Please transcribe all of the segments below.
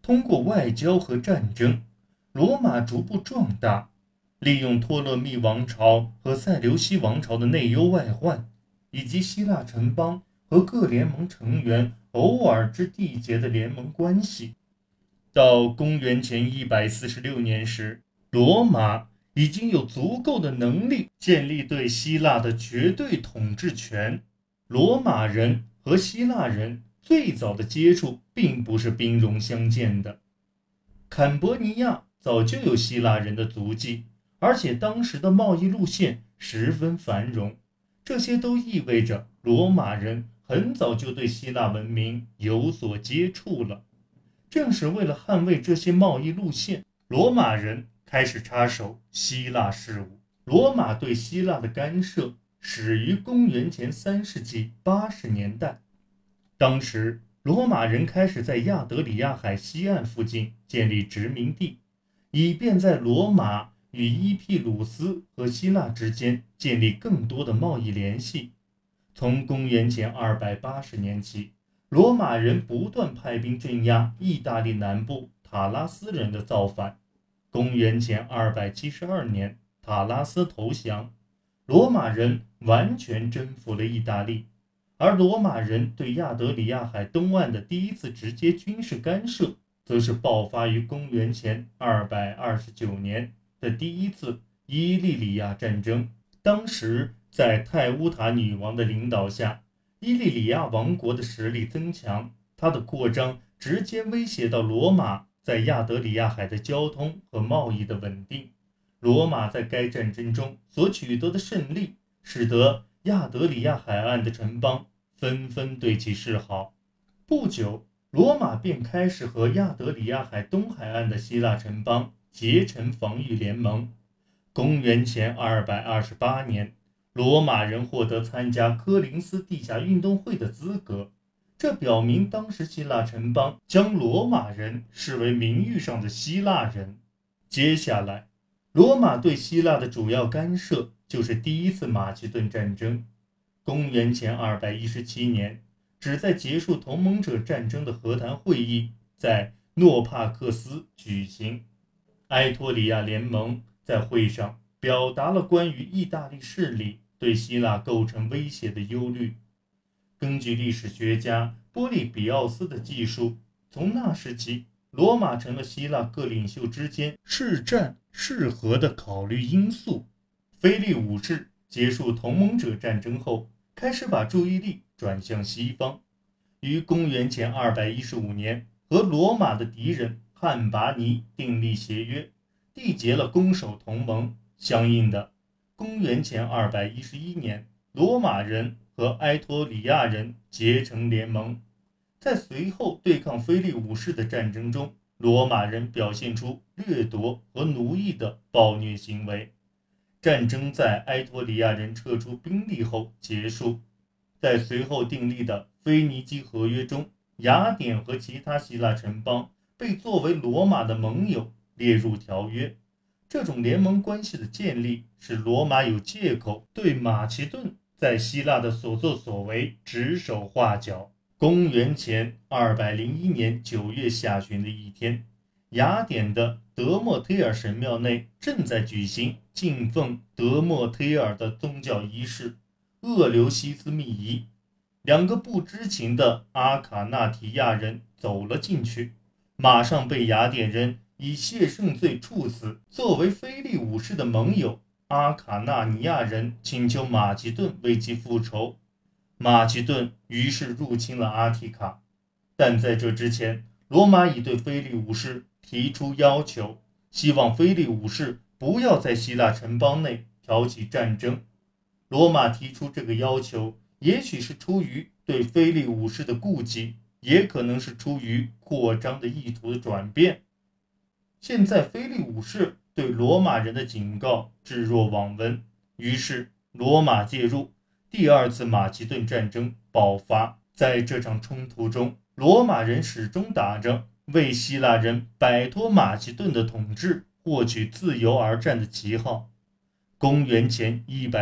通过外交和战争，罗马逐步壮大，利用托勒密王朝和塞琉西王朝的内忧外患，以及希腊城邦和各联盟成员偶尔之缔结的联盟关系。到公元前146年时，罗马已经有足够的能力建立对希腊的绝对统治权。罗马人和希腊人最早的接触并不是兵戎相见的，坎伯尼亚早就有希腊人的足迹，而且当时的贸易路线十分繁荣，这些都意味着罗马人很早就对希腊文明有所接触了。正是为了捍卫这些贸易路线，罗马人开始插手希腊事务。罗马对希腊的干涉始于公元前3世纪80年代，当时罗马人开始在亚得里亚海西岸附近建立殖民地，以便在罗马与伊庇鲁斯和希腊之间建立更多的贸易联系。从公元前280年起，罗马人不断派兵镇压意大利南部塔拉斯人的造反。公元前272年，塔拉斯投降，罗马人完全征服了意大利。而罗马人对亚得里亚海东岸的第一次直接军事干涉，则是爆发于公元前229年的第一次伊利里亚战争。当时在泰乌塔女王的领导下，伊利里亚王国的实力增强，它的扩张直接威胁到罗马在亚得里亚海的交通和贸易的稳定。罗马在该战争中所取得的胜利，使得亚得里亚海岸的城邦纷纷对其示好。不久，罗马便开始和亚得里亚海东海岸的希腊城邦结成防御联盟。公元前228年，罗马人获得参加科林斯地下运动会的资格，这表明当时希腊城邦将罗马人视为名誉上的希腊人。接下来，罗马对希腊的主要干涉就是第一次马其顿战争。公元前217年，旨在结束同盟者战争的和谈会议在诺帕克斯举行。埃托里亚联盟在会上表达了关于意大利势力对希腊构成威胁的忧虑。根据历史学家波利比奥斯的记述，从那时起，罗马成了希腊各领袖之间是战是和的考虑因素。腓力五世结束同盟者战争后，开始把注意力转向西方，于公元前215年和罗马的敌人汉拔尼订立协约，缔结了攻守同盟。相应的，公元前211年，罗马人和埃托里亚人结成联盟。在随后对抗腓力五世的战争中，罗马人表现出掠夺和奴役的暴虐行为。战争在埃托里亚人撤出兵力后结束。在随后订立的腓尼基合约中，雅典和其他希腊城邦被作为罗马的盟友列入条约。这种联盟关系的建立，使罗马有借口对马其顿在希腊的所作所为指手画脚。公元前201年9月下旬的一天，雅典的德莫忒尔神庙内正在举行敬奉德莫忒尔的宗教仪式厄流西斯密仪。两个不知情的阿卡纳提亚人走了进去，马上被雅典人以亵圣罪处死。作为腓力五世的盟友，阿卡纳尼亚人请求马其顿为其复仇，马其顿于是入侵了阿提卡。但在这之前，罗马已对腓力五世提出要求，希望腓力五世不要在希腊城邦内挑起战争。罗马提出这个要求，也许是出于对腓力五世的顾忌，也可能是出于扩张的意图的转变。现在腓力五世对罗马人的警告置若罔闻，于是罗马介入，第二次马其顿战争爆发。在这场冲突中，罗马人始终打着为希腊人摆脱马其顿的统治、获取自由而战的旗号。公元前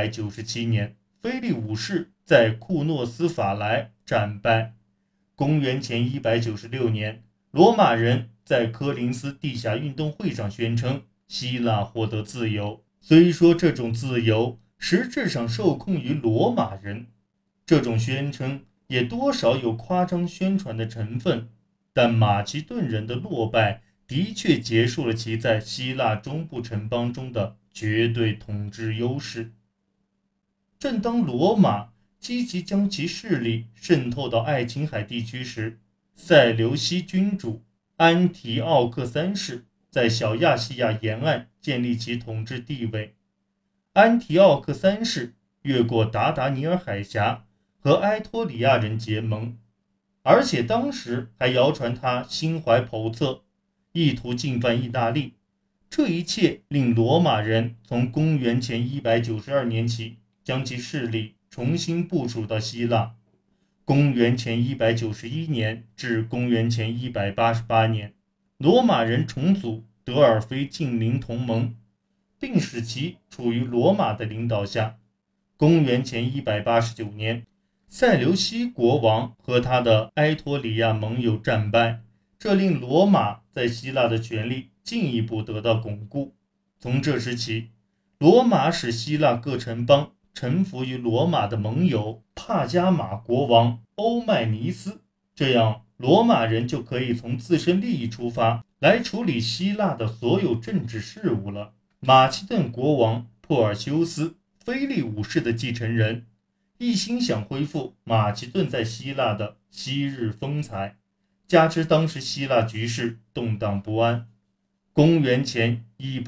197年，腓力五世在库诺斯法莱战败。公元前196年，罗马人在科林斯地下运动会上宣称希腊获得自由，虽说这种自由实质上受控于罗马人，这种宣称也多少有夸张宣传的成分，但马其顿人的落败的确结束了其在希腊中部城邦中的绝对统治优势。正当罗马积极将其势力渗透到爱琴海地区时，塞琉西君主安提奥克三世在小亚细亚沿岸建立其统治地位。安提奥克三世越过达达尼尔海峡和埃托里亚人结盟，而且当时还谣传他心怀叵测，意图进犯意大利。这一切令罗马人从公元前192年起将其势力重新部署到希腊。公元前191年至公元前188年，罗马人重组德尔菲近邻同盟，并使其处于罗马的领导下。公元前189年，塞琉西国王和他的埃托里亚盟友战败，这令罗马在希腊的权力进一步得到巩固。从这时起，罗马使希腊各城邦臣服于罗马的盟友帕加马国王欧迈尼斯，这样罗马人就可以从自身利益出发来处理希腊的所有政治事务了。马其顿国王珀尔修斯，腓力五世的继承人，一心想恢复马其顿在希腊的昔日风采，加之当时希腊局势动荡不安。公元前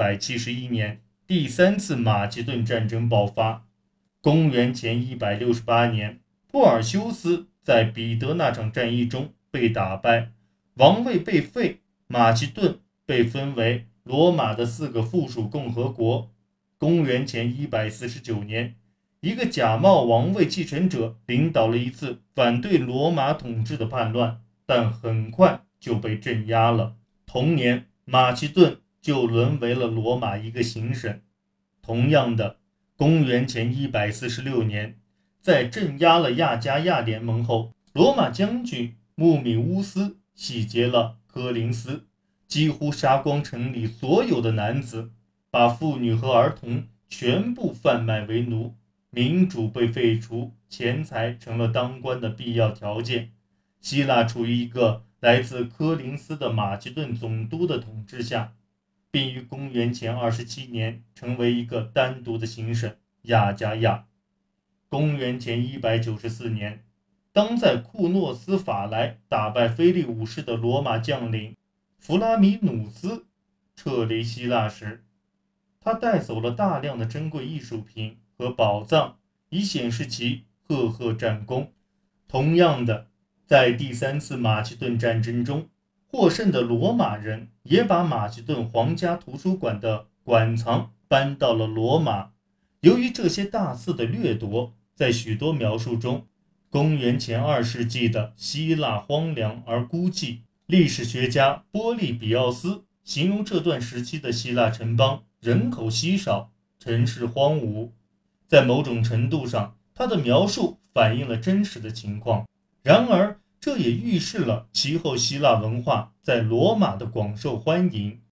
171年，第三次马其顿战争爆发。公元前168年，珀尔修斯在彼得那场战役中被打败，王位被废，马其顿被分为罗马的4个附属共和国。公元前149年，一个假冒王位继承者领导了一次反对罗马统治的叛乱，但很快就被镇压了。同年，马其顿就沦为了罗马一个行省。同样的，公元前146年，在镇压了亚加亚联盟后，罗马将军穆米乌斯洗劫了科林斯，几乎杀光城里所有的男子，把妇女和儿童全部贩卖为奴，民主被废除，钱财成了当官的必要条件。希腊处于一个来自科林斯的马其顿总督的统治下，并于公元前27年成为一个单独的行省亚加亚。公元前194年，当在库诺斯法莱打败腓力五世的罗马将领弗拉米努斯撤离希腊时，他带走了大量的珍贵艺术品和宝藏，以显示其赫赫战功。同样的，在第三次马其顿战争中，获胜的罗马人也把马其顿皇家图书馆的馆藏搬到了罗马。由于这些大肆的掠夺，在许多描述中，公元前2世纪的希腊荒凉而孤寂。历史学家波利比奥斯形容这段时期的希腊城邦人口稀少，城市荒芜。在某种程度上，他的描述反映了真实的情况。然而，这也预示了其后希腊文化在罗马的广受欢迎。